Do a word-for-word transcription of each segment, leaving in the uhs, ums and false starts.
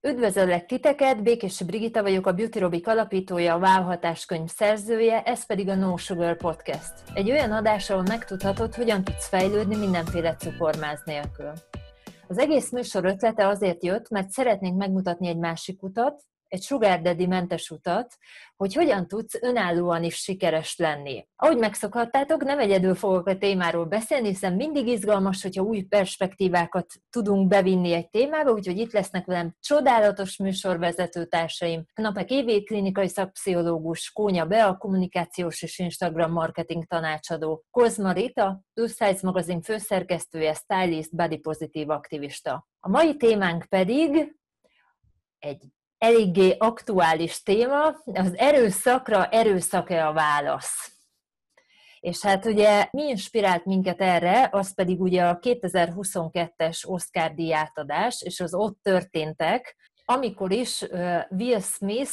Üdvözöllek titeket, Békési Brigitta vagyok, a Beauty Robic alapítója, a Wow hatáskönyv szerzője, ez pedig a No Sugar Podcast. Egy olyan adás, ahol megtudhatod, hogyan tudsz fejlődni mindenféle cukormáz nélkül. Az egész műsor ötlete azért jött, mert szeretnénk megmutatni egy másik utat, egy sugar daddy mentes utat, hogy hogyan tudsz önállóan is sikeres lenni. Ahogy megszokhattátok, nem egyedül fogok a témáról beszélni, hiszen mindig izgalmas, hogyha új perspektívákat tudunk bevinni egy témába, úgyhogy itt lesznek velem csodálatos műsorvezetőtársaim. Knapek Évi, klinikai szakpszichológus, Kónya Bea, kommunikációs és Instagram marketing tanácsadó, Kozma Rita, Plus Size magazin főszerkesztője, stylist, body pozitív aktivista. A mai témánk pedig egy eléggé aktuális téma, az erőszakra erőszak-e a válasz? És hát ugye mi inspirált minket erre, az pedig ugye a kétezer-huszonkettes Oscar-díj átadás, és az ott történtek, amikor is Will Smith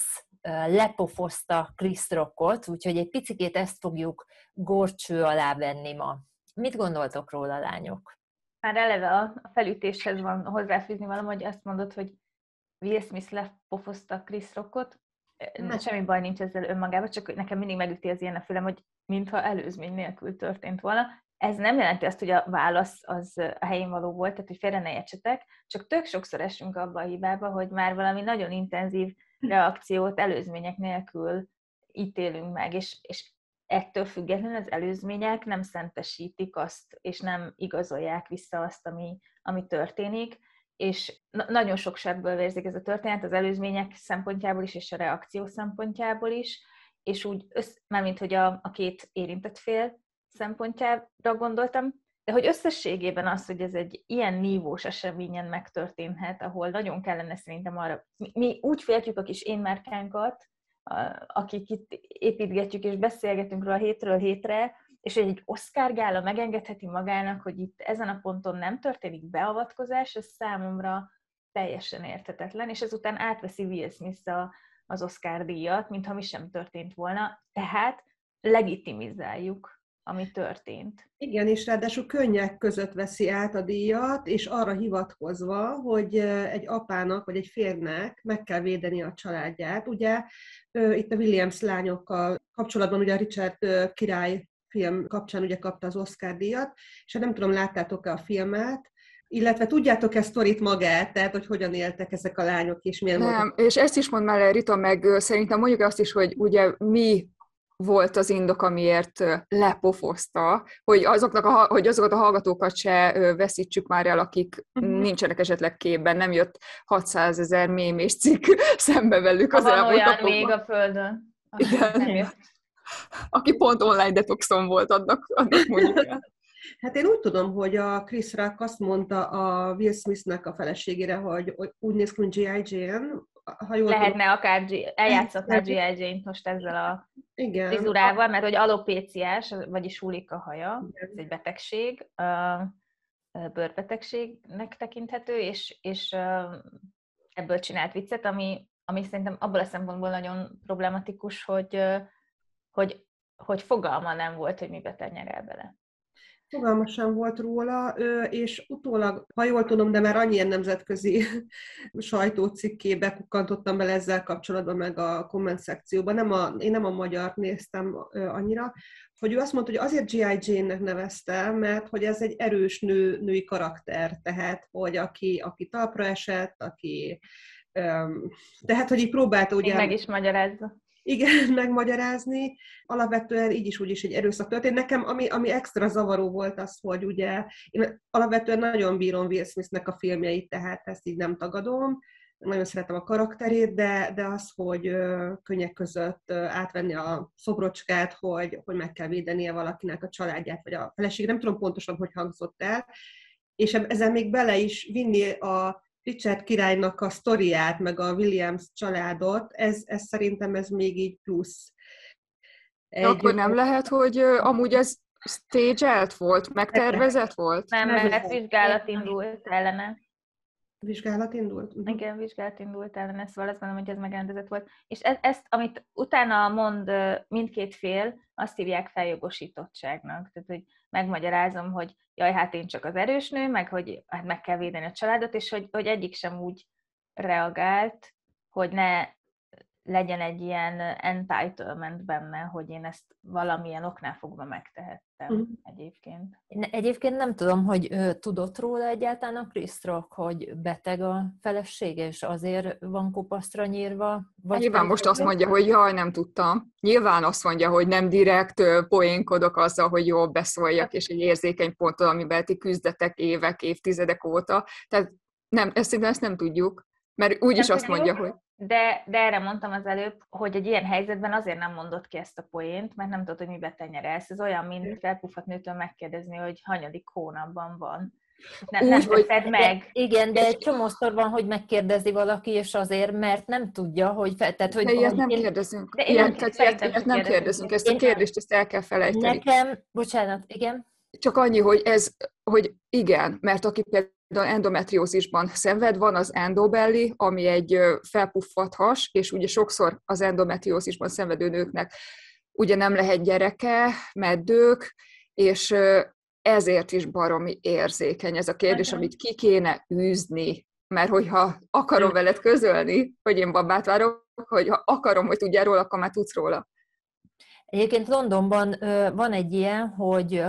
lepofozta Chris Rockot, úgyhogy egy picikét ezt fogjuk górcső alá venni ma. Mit gondoltok róla, lányok? Már eleve a felütéshez van hozzáfűzni valami, hogy azt mondod, hogy Will Smith lepofozta Chris Rockot. Semmi baj nincs ezzel önmagában, csak nekem mindig megüti az ilyen a fülem, hogy mintha előzmény nélkül történt volna. Ez nem jelenti azt, hogy a válasz az a helyén való volt, tehát hogy félre ne értsetek, csak tök sokszor esünk abba a hibába, hogy már valami nagyon intenzív reakciót előzmények nélkül ítélünk meg, és, és ettől függetlenül az előzmények nem szentesítik azt, és nem igazolják vissza azt, ami, ami történik, és na- nagyon sok sebből vérzik ez a történet, az előzmények szempontjából is, és a reakció szempontjából is, és úgy, össz, mármint, hogy a, a két érintett fél szempontjára gondoltam, de hogy összességében az, hogy ez egy ilyen nívós eseményen megtörténhet, ahol nagyon kellene szerintem arra, mi, mi úgy féltjük a kis én márkánkat, akik itt építgetjük és beszélgetünk róla hétről hétre, és hogy egy Oscar gála megengedheti magának, hogy itt ezen a ponton nem történik beavatkozás, ez számomra teljesen érthetetlen, és ezután átveszi Will Smith a, az Oscar díjat, mintha mi sem történt volna, tehát legitimizáljuk, ami történt. Igen, és ráadásul könnyek között veszi át a díjat, és arra hivatkozva, hogy egy apának, vagy egy férnek meg kell védeni a családját. Ugye itt a Williams lányokkal kapcsolatban ugye a Richard király film kapcsán ugye kapta az Oscar-díjat, és nem tudom, láttátok-e a filmet, illetve tudjátok-e sztorit magát, tehát hogy hogyan éltek ezek a lányok, és milyen Nem, volt? És ezt is mondd már, Rita, meg szerintem mondjuk azt is, hogy ugye mi volt az indok, amiért lepofozta, hogy, azoknak a, hogy azokat a hallgatókat se veszítsük már el, akik uh-huh. nincsenek esetleg képben, nem jött hatszázezer mém és cikk szembe velük az elmúlt olyan napokban. még a földön. Igen. Aki pont online detoxon volt, annak, annak mondjuk el. Hát én úgy tudom, hogy a Chris Rock azt mondta a Will Smithnek a feleségére, hogy úgy néz ki, mint gé i. Jane, ha jól lehetne tudom. akár eljátszhatná gé i. Jane-t most ezzel a Igen. frizurával, mert hogy alopéciás, vagyis hullik a haja, Igen. ez egy betegség, bőrbetegségnek tekinthető, és, és ebből csinált viccet, ami, ami szerintem abból a szempontból nagyon problematikus, hogy, hogy, hogy fogalma nem volt, hogy mibe tenyerel bele. Fogalma sem volt róla, és utólag, ha jól tudom, de már annyi ilyen nemzetközi sajtócikkébe kukkantottam bele ezzel kapcsolatban, meg a komment szekcióban, nem a, én nem a magyart néztem annyira, hogy ő azt mondta, hogy azért gé i. Jane-nek nevezte, mert hogy ez egy erős nő, női karakter, tehát, hogy aki, aki talpra esett, aki... Tehát, hogy így próbálta ugye... Még meg is magyarázza. Igen, megmagyarázni. Alapvetően így is úgy is egy erőszak történt. Nekem, ami, ami extra zavaró volt az, hogy ugye én alapvetően nagyon bírom Will Smithnek a filmjeit, tehát ezt így nem tagadom. Nagyon szeretem a karakterét, de, de az, hogy ö, könnyek között ö, átvenni a szobrocskát, hogy, hogy meg kell védenie valakinek a családját, vagy a feleség, nem tudom pontosan, hogy hangzott el. És ezen még bele is vinni a Richard királynak a sztoriát, meg a Williams családot, ez, ez szerintem ez még így plusz. Egy... Akkor nem lehet, hogy uh, amúgy ez stagelt volt, megtervezett volt? Nem, Nem, mert vizsgálat indult ellene. Vizsgálat indult? Uh-huh. Igen, vizsgálat indult ellene, szóval azt gondolom, hogy ez megrendezett volt. És ez, ezt, amit utána mond mindkét fél, azt hívják feljogosítottságnak. Tehát, hogy megmagyarázom, hogy jaj, hát én csak az erős nő, meg hogy hát meg kell védeni a családot, és hogy, hogy egyik sem úgy reagált, hogy ne legyen egy ilyen entitlement benne, hogy én ezt valamilyen oknál fogva megtehettem uh-huh. egyébként. Én egyébként nem tudom, hogy ő, tudott róla egyáltalán a Chris Rock, hogy beteg a felesége, és azért van kopasztra nyírva? Vagy nyilván most azt mondja, hogy jaj, nem tudtam. Nyilván azt mondja, hogy nem direkt poénkodok azzal, hogy jól beszóljak, és egy érzékeny ponton, amiben ti küzdetek évek, évtizedek óta. Tehát nem, ezt, ezt nem tudjuk. Mert úgyis azt mondja, hogy... De, de erre mondtam az előbb, hogy egy ilyen helyzetben azért nem mondott ki ezt a poént, mert nem tudod, hogy mibe tenyerelsz. Ez olyan, mint felpuffat nőtől megkérdezni, hogy hanyadik hónapban van. Ne, Úgy, nem teszed meg. De, igen, de egy csomószor van, hogy megkérdezi valaki, és azért, mert nem tudja, hogy... Fe, tehát, hogy de ilyet nem én, kérdezünk. De én ilyet, nem, ilyet, ilyet nem kérdezünk. Ezt a kérdést ezt el kell felejteni. Nekem, bocsánat, igen? Csak annyi, hogy ez, hogy igen, mert aki például endometriózisban szenved, van az endobelly, ami egy felpuffadt has, és ugye sokszor az endometriózisban szenvedő nőknek ugye nem lehet gyereke, meddők, és ezért is baromi érzékeny ez a kérdés, uh-huh. amit ki kéne űzni, mert hogyha akarom veled közölni, hogy én babát várok, hogy ha akarom, hogy tudjál róla, akkor már tudsz róla. Egyébként Londonban van egy ilyen, hogy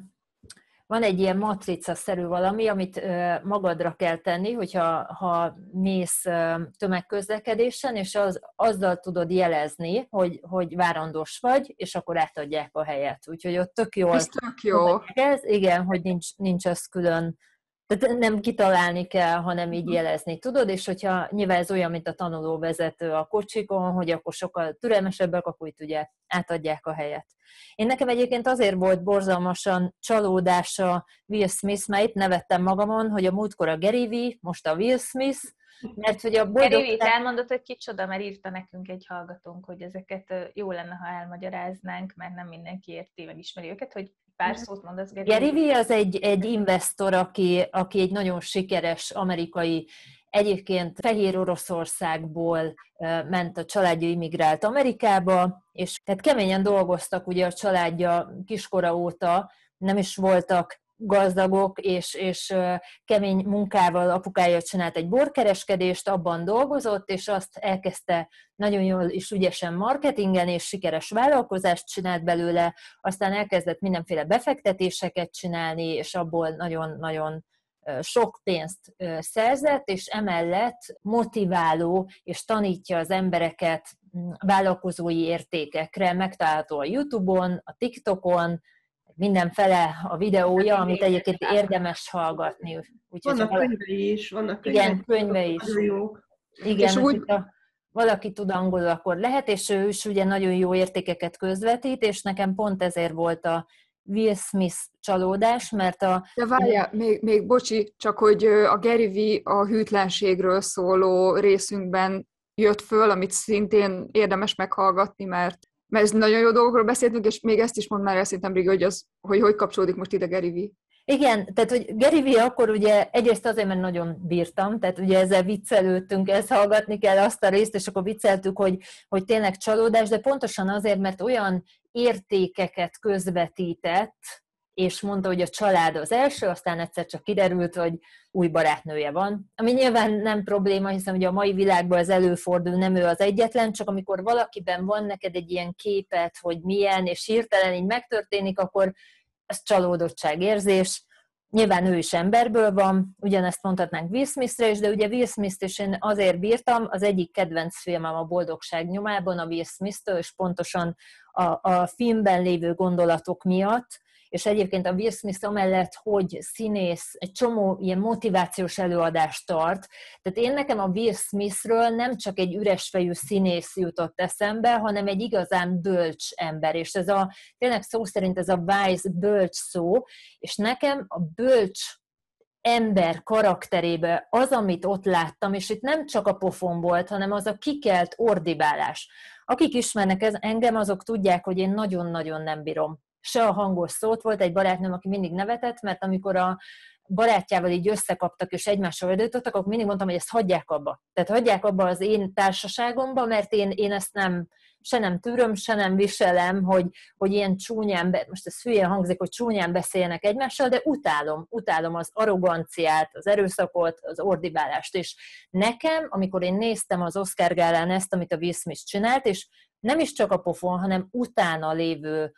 van egy ilyen matrica-szerű valami, amit magadra kell tenni, hogyha ha mész tömegközlekedésen, és az, azzal tudod jelezni, hogy, hogy várandós vagy, és akkor átadják a helyet. Úgyhogy ott tök jól. Ez tök jó. Ez, igen, hogy nincs, nincs az külön. Tehát nem kitalálni kell, hanem így jelezni tudod, és hogyha nyilván ez olyan, mint a tanulóvezető a kocsikon, hogy akkor sokkal türelmesebbek, akkor itt ugye átadják a helyet. Én nekem egyébként azért volt borzalmasan csalódása Will Smith, mert itt nevettem magamon, hogy a múltkor a Gary V, most a Will Smith, mert hogy a boldog... Gary V elmondott, hogy kicsoda, mert írta nekünk egy hallgatónk, hogy ezeket jó lenne, ha elmagyaráznánk, mert nem mindenki érti, meg ismeri őket, hogy pár szót mondasz, Gary. Gary V az egy, egy investor, aki, aki egy nagyon sikeres amerikai, egyébként Fehér Oroszországból ment a családja, immigrált Amerikába, és tehát keményen dolgoztak ugye a családja kiskora óta, nem is voltak gazdagok, és, és kemény munkával apukája csinált egy borkereskedést, abban dolgozott, és azt elkezdte nagyon jól és ügyesen marketingen, és sikeres vállalkozást csinált belőle, aztán elkezdett mindenféle befektetéseket csinálni, és abból nagyon-nagyon sok pénzt szerzett, és emellett motiváló, és tanítja az embereket vállalkozói értékekre, megtalálható a YouTube-on, a TikTokon, mindenfele a videója, amit egyébként érdemes hallgatni. Úgyhogy vannak könyvei is, vannak könyvei. Igen, könyve is. Igen, és úgy... ha valaki tud angolul, akkor lehet, és ő is ugye nagyon jó értékeket közvetít, és nekem pont ezért volt a Will Smith csalódás, mert a... De várjál, még, még bocsi, csak hogy a Gary V a hűtlenségről szóló részünkben jött föl, amit szintén érdemes meghallgatni, mert mert ez nagyon jó dolgokról beszéltünk, és még ezt is mond már el szerintem, Briga, hogy, az, hogy hogy kapcsolódik most ide Gary V. Igen, tehát hogy Gary V akkor ugye egyrészt azért, mert nagyon bírtam, tehát ugye ezzel viccelődtünk, ezt hallgatni kell azt a részt, és akkor vicceltük, hogy, hogy tényleg csalódás, de pontosan azért, mert olyan értékeket közvetített, és mondta, hogy a család az első, aztán egyszer csak kiderült, hogy új barátnője van. Ami nyilván nem probléma, hiszen ugye a mai világban az előfordul, nem ő az egyetlen, csak amikor valakiben van neked egy ilyen képet, hogy milyen, és hirtelen így megtörténik, akkor ez csalódottságérzés. Nyilván ő is emberből van, ugyanezt mondhatnánk Will Smithre is, de ugye Will Smith-t is én azért bírtam, az egyik kedvenc filmem a Boldogság nyomában, a Will Smith-től, és pontosan a, a filmben lévő gondolatok miatt, és egyébként a Will Smith amellett, hogy színész, egy csomó ilyen motivációs előadást tart. Tehát én nekem a Will Smithről nem csak egy üresfejű színész jutott eszembe, hanem egy igazán bölcs ember. És ez a, tényleg szó szerint ez a wise, bölcs szó, és nekem a bölcs ember karakterébe az, amit ott láttam, és itt nem csak a pofon volt, hanem az a kikelt ordibálás. Akik ismernek ez, engem, azok tudják, hogy én nagyon-nagyon nem bírom se a hangos szót. Volt egy barátnőm, aki mindig nevetett, mert amikor a barátjával így összekaptak, és egymással ordítottak, akkor mindig mondtam, hogy ezt hagyják abba. Tehát hagyják abba az én társaságomba, mert én, én ezt nem, se nem tűröm, se nem viselem, hogy, hogy ilyen csúnyán, be, most ez hülyén hangzik, hogy csúnyán beszéljenek egymással, de utálom, utálom az arroganciát, az erőszakot, az ordibálást. És nekem, amikor én néztem az Oscar gálán ezt, amit a Will Smith csinált, és nem is csak a pofon, hanem utána lévő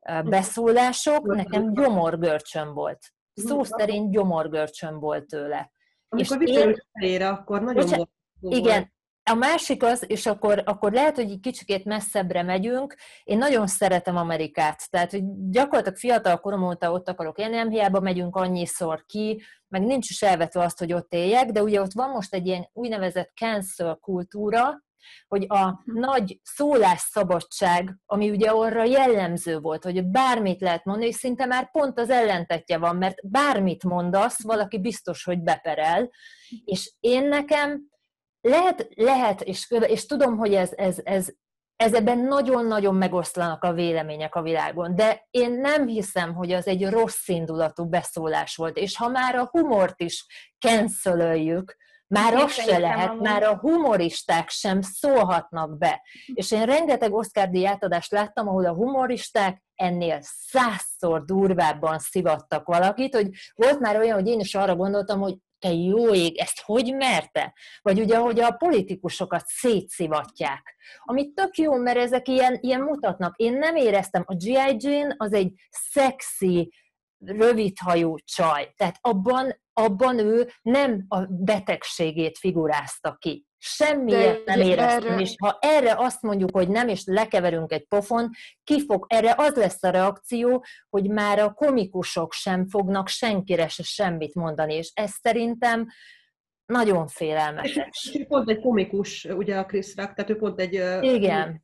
beszólások, nekem gyomorgörcsöm volt. Szó szerint gyomorgörcsöm volt tőle. Amikor visszaült fejére, akkor nagyon volt. Igen. A másik az, és akkor, akkor lehet, hogy egy kicsikét messzebbre megyünk, én nagyon szeretem Amerikát, tehát hogy gyakorlatilag fiatal korom óta ott akarok élni, nem hiába megyünk annyiszor ki, meg nincs is elvetve azt, hogy ott éljek, de ugye ott van most egy ilyen úgynevezett cancel kultúra, hogy a nagy szólásszabadság, ami ugye arra jellemző volt, hogy bármit lehet mondani, és szinte már pont az ellentetje van, mert bármit mondasz, valaki biztos, hogy beperel, és én nekem lehet, lehet és, és tudom, hogy ez, ez, ez, ez ebben nagyon-nagyon megoszlanak a vélemények a világon, de én nem hiszem, hogy az egy rossz indulatú beszólás volt, és ha már a humort is cancelöljük, már az se lehet, már a humoristák sem szólhatnak be. És én rengeteg Oscar-díj átadást láttam, ahol a humoristák ennél százszor durvábban szivattak valakit, hogy volt már olyan, hogy én is arra gondoltam, hogy te jó ég, ezt hogy merte? Vagy ugye, hogy a politikusokat szétszivatják. Ami tök jó, mert ezek ilyen, ilyen mutatnak. Én nem éreztem, a gé i. Jane az egy szexi, rövidhajú csaj. Tehát abban, abban ő nem a betegségét figurázta ki. Semmiért nem éreztem, erre... és ha erre azt mondjuk, hogy nem, és lekeverünk egy pofon, ki fog, erre az lesz a reakció, hogy már a komikusok sem fognak senkire se semmit mondani, és ez szerintem nagyon félelmetes. És pont egy komikus, ugye a Chris Rock, tehát ő pont egy... Igen.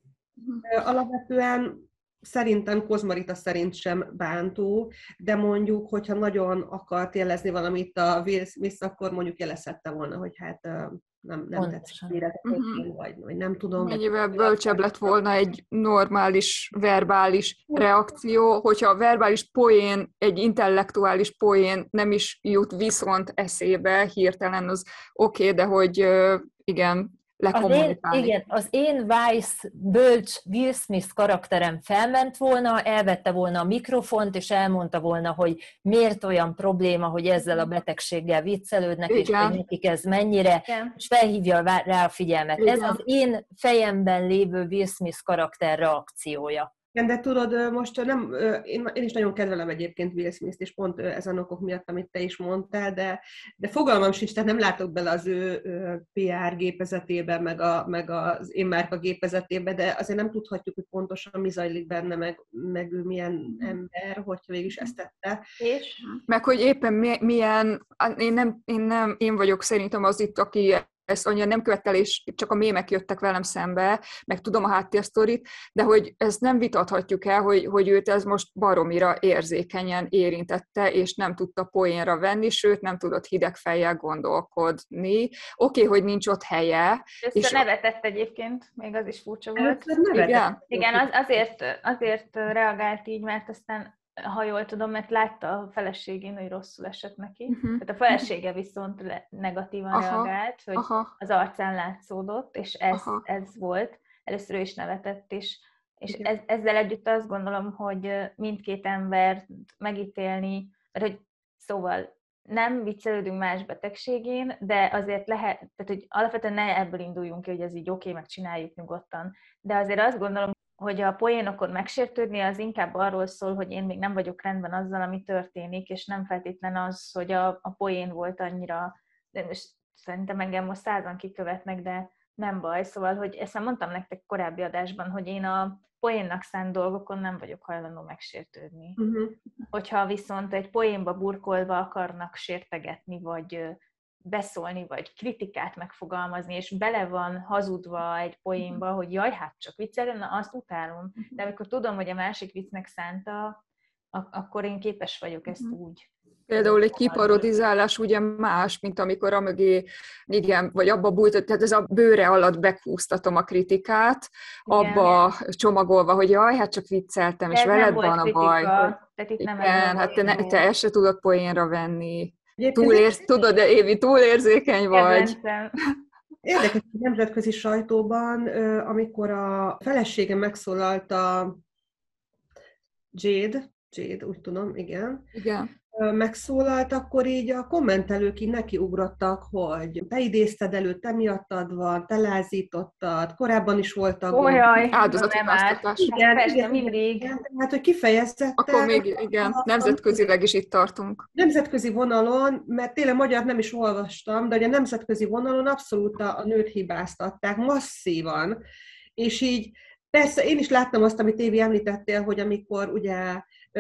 Alapvetően szerintem Kozmarita szerint sem bántó, de mondjuk, hogyha nagyon akart jelezni valamit a Will Smith, akkor mondjuk jelezhette volna, hogy hát nem, nem tetszik életet, uh-huh. vagy, vagy nem tudom. Mennyivel bölcsebb lett volna egy normális, verbális reakció, hogyha a verbális poén, egy intellektuális poén nem is jut viszont eszébe hirtelen, az oké, okay, de hogy igen, Az én, igen, az én Weiss bölcs Will Smith karakterem felment volna, elvette volna a mikrofont, és elmondta volna, hogy miért olyan probléma, hogy ezzel a betegséggel viccelődnek, igen. És hogy nekik ez mennyire, igen. És felhívja rá a figyelmet. Igen. Ez az én fejemben lévő Will Smith karakter reakciója. Igen, de tudod, most nem, én, én is nagyon kedvelem egyébként Will Smith-t, és pont ezen okok miatt, amit te is mondtál, de, de fogalmam sincs, tehát nem látok bele az ő pé er gépezetébe, meg, a, meg az én márka gépezetébe, de azért nem tudhatjuk, hogy pontosan mi zajlik benne, meg, meg ő milyen ember, hogyha végül is ezt tette. És? Meg hogy éppen milyen, én, nem, én, nem, én vagyok szerintem az itt, aki ezt annyira nem követte el, és csak a mémek jöttek velem szembe, meg tudom a háttérsztorit, de hogy ezt nem vitathatjuk el, hogy, hogy őt ez most baromira érzékenyen érintette, és nem tudta poénra venni, sőt nem tudott hideg fejjel gondolkodni. Oké, okay, hogy nincs ott helye. És nevetett egyébként, még az is furcsa volt. Igen, Igen az, azért, azért reagált így, mert aztán ha jól tudom, mert látta a feleségén, hogy rosszul esett neki. Uh-huh. Tehát a felesége viszont negatívan aha, reagált, hogy aha. az arcán látszódott, és ez, ez volt. Először ő is nevetett, és, és ez, ezzel együtt azt gondolom, hogy mindkét embert megítélni, mert hogy szóval nem viccelődünk más betegségén, de azért lehet, tehát hogy alapvetően ne ebből induljunk ki, hogy ez így oké, okay, megcsináljuk nyugodtan. De azért azt gondolom, hogy a poénokon megsértődni, az inkább arról szól, hogy én még nem vagyok rendben azzal, ami történik, és nem feltétlen az, hogy a, a poén volt annyira, de most szerintem engem most százan kikövetnek, de nem baj. Szóval, hogy ezt mondtam nektek korábbi adásban, hogy én a poénnak szánt dolgokon nem vagyok hajlandó megsértődni. Uh-huh. Hogyha viszont egy poénba burkolva akarnak sértegetni, vagy beszólni, vagy kritikát megfogalmazni, és bele van hazudva egy poénba, hogy jaj, hát csak viccelően, na azt utálom. De amikor tudom, hogy a másik viccnek szánta, akkor én képes vagyok ezt úgy. Például egy kiparodizálás ugye más, mint amikor amögé, igen, vagy abba bújtott, tehát ez a bőre alatt bekúsztatom a kritikát, igen, abba igen. csomagolva, hogy jaj, hát csak vicceltem, és veled van a kritika, baj. Tehát itt nem igen, hát te, ne, te ezt se tudod poénra venni. Túlérz, tudod, de Évi, túlérzékeny vagy. Kedvencem. Érdekes, a nemzetközi sajtóban, amikor a felesége megszólalt a Jade, Jade, úgy tudom, igen, Igen. megszólalt, akkor így a kommentelők így nekiugrottak, hogy te idézted elő, te miattad van, te lázítottad, korábban is voltak Olyaj, áldozatítáztatás. Igen, persze, igen, mindig. igen, hát, hogy kifejezetten... Akkor még, igen, a, nemzetközileg is itt tartunk. Nemzetközi vonalon, mert tényleg magyar nem is olvastam, de hogy a nemzetközi vonalon abszolút a, a nőt hibáztatták, masszívan. És így persze én is láttam azt, amit Évi említettél, hogy amikor ugye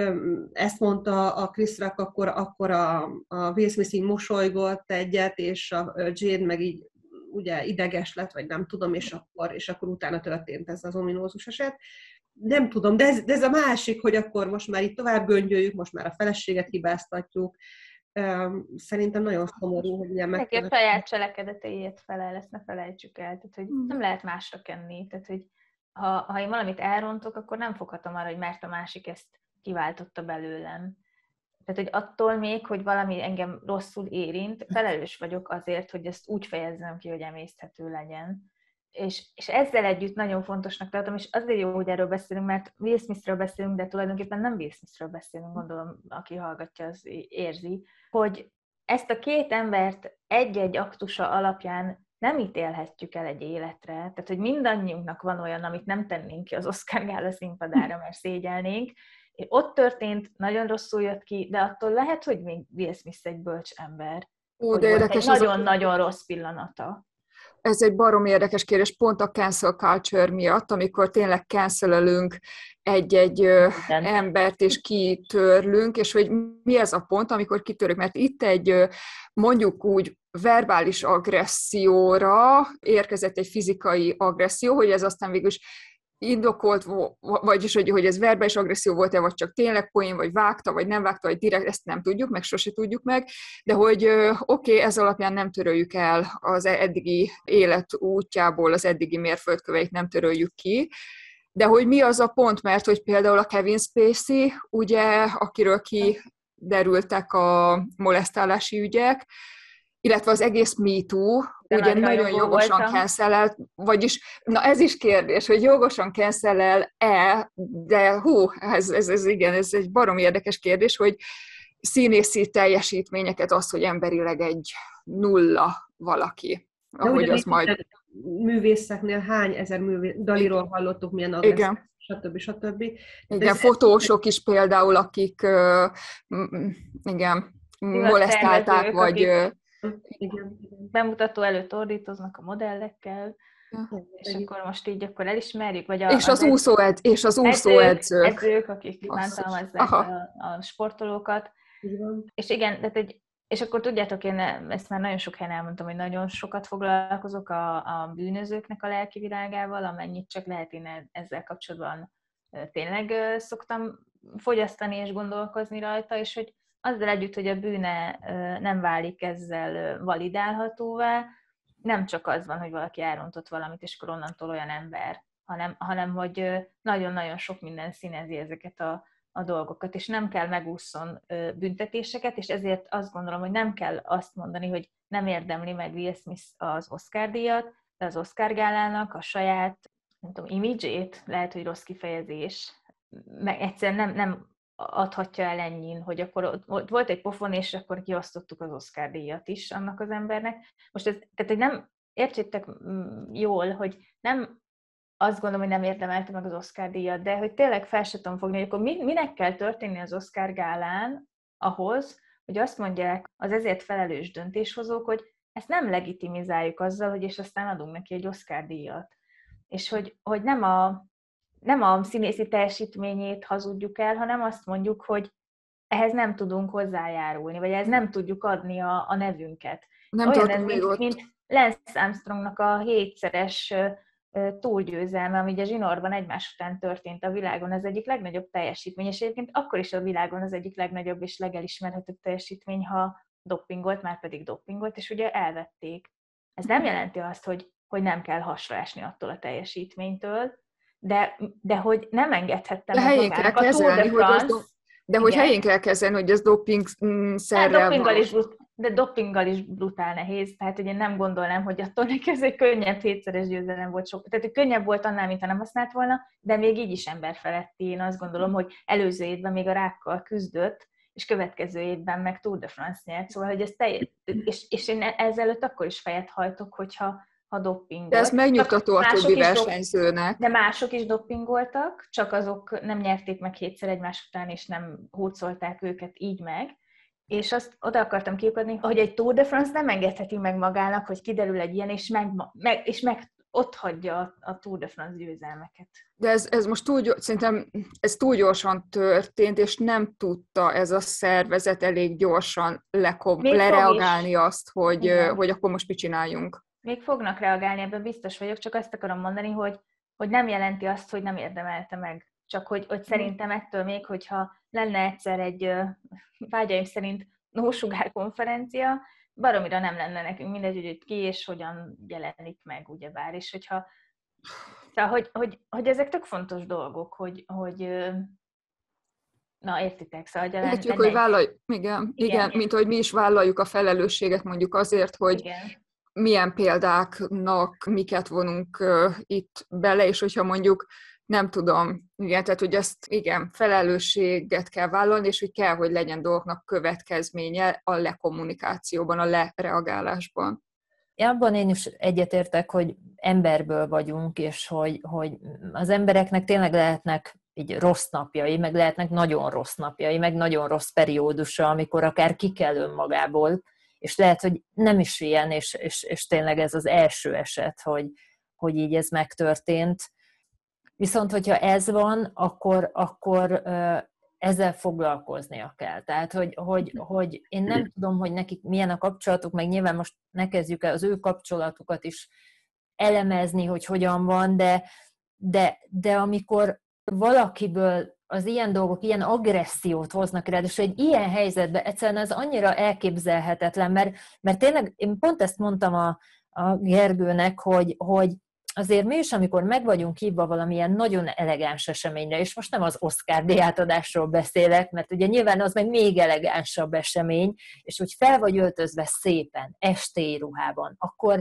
ezt mondta a Chris Rock, akkor, akkor a, a Will Smith így mosolygott egyet, és a Jade meg így ugye ideges lett, vagy nem tudom, és akkor, és akkor utána történt ez az ominózus eset. Nem tudom, de ez, de ez a másik, hogy akkor most már itt tovább göngyöljük, most már a feleséget hibáztatjuk. Szerintem nagyon szomorú, hogy ilyen Neki a saját cselekedeteiért felel, ezt ne felejtsük el. Tehát, hogy nem lehet másra kenni. Tehát, hogy ha, ha én valamit elrontok, akkor nem foghatom arra, hogy mert a másik ezt kiváltotta belőlem. Tehát, hogy attól még, hogy valami engem rosszul érint, felelős vagyok azért, hogy ezt úgy fejezzem ki, hogy emészthető legyen. És, és ezzel együtt nagyon fontosnak tartom, és azért jó, hogy erről beszélünk, mert Will Smithről beszélünk, de tulajdonképpen nem Will Smithről beszélünk, gondolom, aki hallgatja, az érzi, hogy ezt a két embert egy-egy aktusa alapján nem ítélhetjük el egy életre. Tehát, hogy mindannyiunknak van olyan, amit nem tennénk ki az Oscar gála színpadára, mert szégyelnénk. Ott történt, nagyon rosszul jött ki, de attól lehet, hogy még Will Smith egy bölcs ember. Ó, de érdekes, egy nagyon-nagyon rossz pillanata. Ez egy barom érdekes kérdés, pont a cancel culture miatt, amikor tényleg cancelelünk egy-egy ö, embert, és kitörlünk, és hogy mi ez a pont, amikor kitörünk, mert itt egy ö, mondjuk úgy verbális agresszióra érkezett egy fizikai agresszió, hogy ez aztán végül is indokolt, vagyis hogy, hogy ez verbális agresszió volt-e, vagy csak tényleg poén, vagy vágta, vagy nem vágta, vagy direkt, ezt nem tudjuk, meg sose tudjuk meg, de hogy oké, okay, ez alapján nem töröljük el az eddigi élet útjából, az eddigi mérföldköveit nem töröljük ki, de hogy mi az a pont, mert hogy például a Kevin Spacey, ugye, akiről kiderültek a molesztálási ügyek, illetve az egész MeToo, ugye nagyon jogosan cancelel, vagyis, na ez is kérdés, hogy jogosan cancelel-e, de hú, ez, ez, ez igen, ez egy barom érdekes kérdés, hogy színészi teljesítményeket az, hogy emberileg egy nulla valaki, ahogy az majd... Művészeknél hány ezer művész, Daliról hallottuk, milyen agresszió, stb. stb. Igen, ez fotósok is például, akik uh, igen, molesztálták, vagy... Igen, igen. Bemutató előtt ordítoznak a modellekkel, ja. És igen. Akkor most így akkor elismerjük, vagy a, és az, az úszóedz, és az úszóedzők. Edzők, akik bántalmazzák a, a sportolókat. Igen. És igen, tehát egy, és akkor tudjátok, én ezt már nagyon sok helyen elmondtam, hogy nagyon sokat foglalkozok a, a bűnözőknek a lelki világával, amennyit csak lehet, én ezzel kapcsolatban tényleg szoktam fogyasztani és gondolkozni rajta, és hogy azzal együtt, hogy a bűne nem válik ezzel validálhatóvá, nem csak az van, hogy valaki elrontott valamit, és akkor onnantól olyan ember, hanem, hanem hogy nagyon-nagyon sok minden színezi ezeket a, a dolgokat, és nem kell megússzon büntetéseket, és ezért azt gondolom, hogy nem kell azt mondani, hogy nem érdemli meg Will Smith az Oscar-díjat, de az Oscar-gálának a saját, nem tudom, imidzsét, lehet, hogy rossz kifejezés, meg egyszerűen nem, nem adhatja el ennyin, hogy akkor ott volt egy pofon, és akkor kiosztottuk az Oscar-díjat is annak az embernek. Most ez, tehát, hogy nem, értsétek jól, hogy nem azt gondolom, hogy nem érdemelte meg az Oscar-díjat, de hogy tényleg fel sem tudom fogni, hogy akkor minek kell történni az Oscar-gálán ahhoz, hogy azt mondják az ezért felelős döntéshozók, hogy ezt nem legitimizáljuk azzal, hogy és aztán adunk neki egy Oscar-díjat. És hogy, hogy nem a nem a színészi teljesítményét hazudjuk el, hanem azt mondjuk, hogy ehhez nem tudunk hozzájárulni, vagy ehhez nem tudjuk adni a, a nevünket. Nem olyan ez, mint, mint Lance Armstrongnak a hétszeres túlgyőzelme, ami a zsinórban egymás után történt a világon, az egyik legnagyobb teljesítmény, és egyébként akkor is a világon az egyik legnagyobb és legelismerhetőbb teljesítmény, ha dopingolt, már pedig dopingolt, és ugye elvették. Ez nem jelenti azt, hogy, hogy nem kell hasra esni attól a teljesítménytől, De, de hogy nem engedhettem meg magának a Tour de France. De hogy helyén kell kezelni, hogy ez doping szerrel van. de dopinggal is brutál nehéz, tehát ugye nem gondolnám, hogy attól neki ez egy könnyebb hétszeres győzelem volt sok. Tehát könnyebb volt annál, mint ha nem használt volna, de még így is emberfeletti. Én azt gondolom, hogy előző évben még a rákkal küzdött, és következő évben meg Tour de France nyert, szóval, hogy ez teljes, és, és én ezelőtt akkor is fejet hajtok, hogyha ha doping De ez volt. megnyugtató a többi is versenyzőnek. De mások is dopingoltak, csak azok nem nyerték meg hétszer egymás után, és nem hurcolták őket így meg. És azt oda akartam kiukadni, hogy egy Tour de France nem engedheti meg magának, hogy kiderül egy ilyen, és meg, meg, és meg ott hagyja a, a Tour de France győzelmeket. De ez, ez most túl, szerintem ez túl gyorsan történt, és nem tudta ez a szervezet elég gyorsan lekom, lereagálni azt, hogy, hogy akkor most mit csináljunk. Még fognak reagálni, ebben biztos vagyok, csak azt akarom mondani, hogy, hogy nem jelenti azt, hogy nem érdemelte meg. Csak hogy, hogy szerintem ettől még, hogyha lenne egyszer egy vágyaim szerint no-sugár konferencia, baromira nem lenne nekünk mindegy, hogy itt ki és hogyan jelenik meg, ugyebár. És hogyha, szóval, hogy, hogy, hogy ezek tök fontos dolgok, hogy, hogy na, értitek, szóval gyalán... Értjük, hogy vállaljuk, igen, igen, igen, mint hogy mi is vállaljuk a felelősséget mondjuk azért, hogy igen. Milyen példáknak miket vonunk uh, itt bele, és hogyha mondjuk nem tudom, igen, tehát hogy ezt, igen, felelősséget kell vállalni, és hogy kell, hogy legyen dolgoknak következménye a lekommunikációban, a lereagálásban. Abban én is egyetértek, hogy emberből vagyunk, és hogy, hogy az embereknek tényleg lehetnek így rossz napjai, meg lehetnek nagyon rossz napjai, meg nagyon rossz periódusa, amikor akár ki kell önmagából, és lehet, hogy nem is ilyen, és, és, és tényleg ez az első eset, hogy, hogy így ez megtörtént. Viszont, hogyha ez van, akkor, akkor ezzel foglalkoznia kell. Tehát, hogy, hogy, hogy én nem tudom, hogy nekik milyen a kapcsolatuk, meg nyilván most ne kezdjük el az ő kapcsolatukat is elemezni, hogy hogyan van, de, de, de amikor valakiből az ilyen dolgok, ilyen agressziót hoznak rá, és egy ilyen helyzetben egyszerűen ez annyira elképzelhetetlen, mert, mert tényleg én pont ezt mondtam a, a Gergőnek, hogy, hogy azért mi is, amikor meg vagyunk hívva valamilyen nagyon elegáns eseményre, és most nem az Oscar-díj átadásról beszélek, mert ugye nyilván az meg még elegánsabb esemény, és hogy fel vagy öltözve szépen, estély ruhában, akkor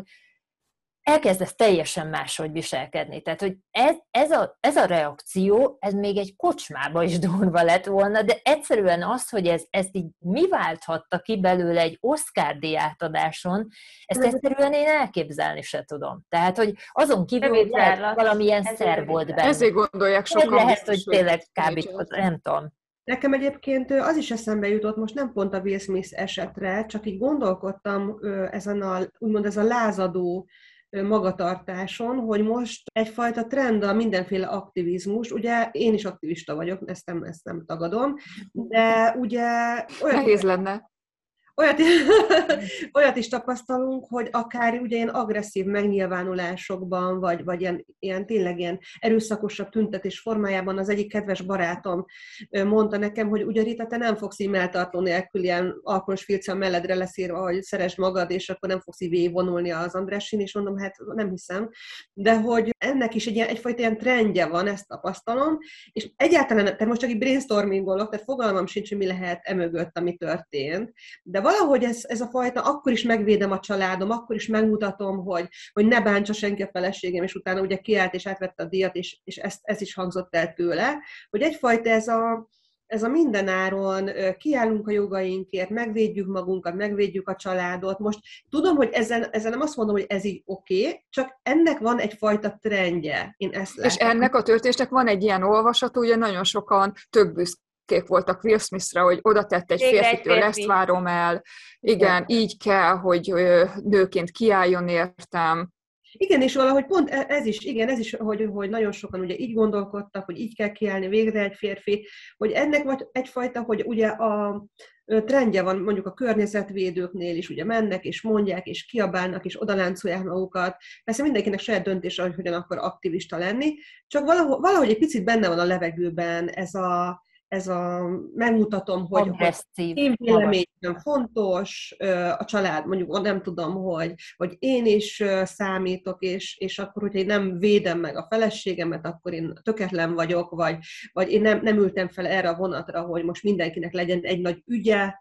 elkezdesz teljesen máshogy viselkedni. Tehát, hogy ez, ez, a, ez a reakció, ez még egy kocsmába is durva lett volna, de egyszerűen az, hogy ez, ez így mi válthatta ki belőle egy Oscar-díj átadáson, ezt egyszerűen én elképzelni se tudom. Tehát, hogy azon kívül, hogy lehet, valamilyen szer volt benne. Ezért gondolják sokan. Ez lehet, hogy tényleg kábított, nem tudom. Nekem egyébként az is eszembe jutott, most nem pont a Will Smith esetre, csak így gondolkodtam ezen a, úgymond ez a lázadó magatartáson, hogy most egyfajta trend a mindenféle aktivizmus, ugye én is aktivista vagyok, ezt nem, ezt nem tagadom, de ugye... Olyan nehéz lenne. Olyat, olyat is tapasztalunk, hogy akár ugye ilyen agresszív megnyilvánulásokban, vagy, vagy ilyen, ilyen tényleg ilyen erőszakosabb tüntetés formájában az egyik kedves barátom mondta nekem, hogy ugye Rita, te nem fogsz így melltartó nélkül ilyen alkoholos filccel melledre leszírva, hogy szeresd magad, és akkor nem fogsz így végigvonulni az Andrássin, és mondom, hát nem hiszem. De hogy ennek is egy ilyen, egyfajta ilyen trendje van, ezt tapasztalom, és egyáltalán, tehát most csak így brainstormingolok, tehát fogalmam sincs, hogy mi lehet emögött, ami történt, de valahogy ez, ez a fajta, akkor is megvédem a családom, akkor is megmutatom, hogy, hogy ne bántsa senki a feleségem, és utána ugye kiállt és átvette a díjat, és, és ez, ez is hangzott el tőle, hogy egyfajta ez a, ez a mindenáron kiállunk a jogainkért, megvédjük magunkat, megvédjük a családot. Most tudom, hogy ezen, ezen nem azt mondom, hogy ez így oké, okay, csak ennek van egyfajta trendje. Én ezt és ennek a történésnek van egy ilyen olvasat, ugye nagyon sokan tök büszkék kék voltak Will Smithre, hogy oda tett egy Végre férfitől, egy férfi. Ezt várom el. Igen, igen, így kell, hogy nőként kiálljon értem. Igen, és valahogy pont ez is, igen, ez is, hogy, hogy nagyon sokan ugye így gondolkodtak, hogy így kell kiállni végre egy férfi, hogy ennek vagy egyfajta, hogy ugye a trendje van mondjuk a környezetvédőknél is, ugye mennek és mondják, és kiabálnak, és odaláncolják magukat. Persze mindenkinek saját döntése, hogy hogyan akar aktivista lenni, csak valahogy, valahogy egy picit benne van a levegőben ez a ez a, megmutatom, hogy, hogy én véleményem fontos, a család, mondjuk nem tudom, hogy, hogy én is számítok, és, és akkor, hogyha én nem védem meg a feleségemet, akkor én töketlen vagyok, vagy, vagy én nem, nem ültem fel erre a vonatra, hogy most mindenkinek legyen egy nagy ügye,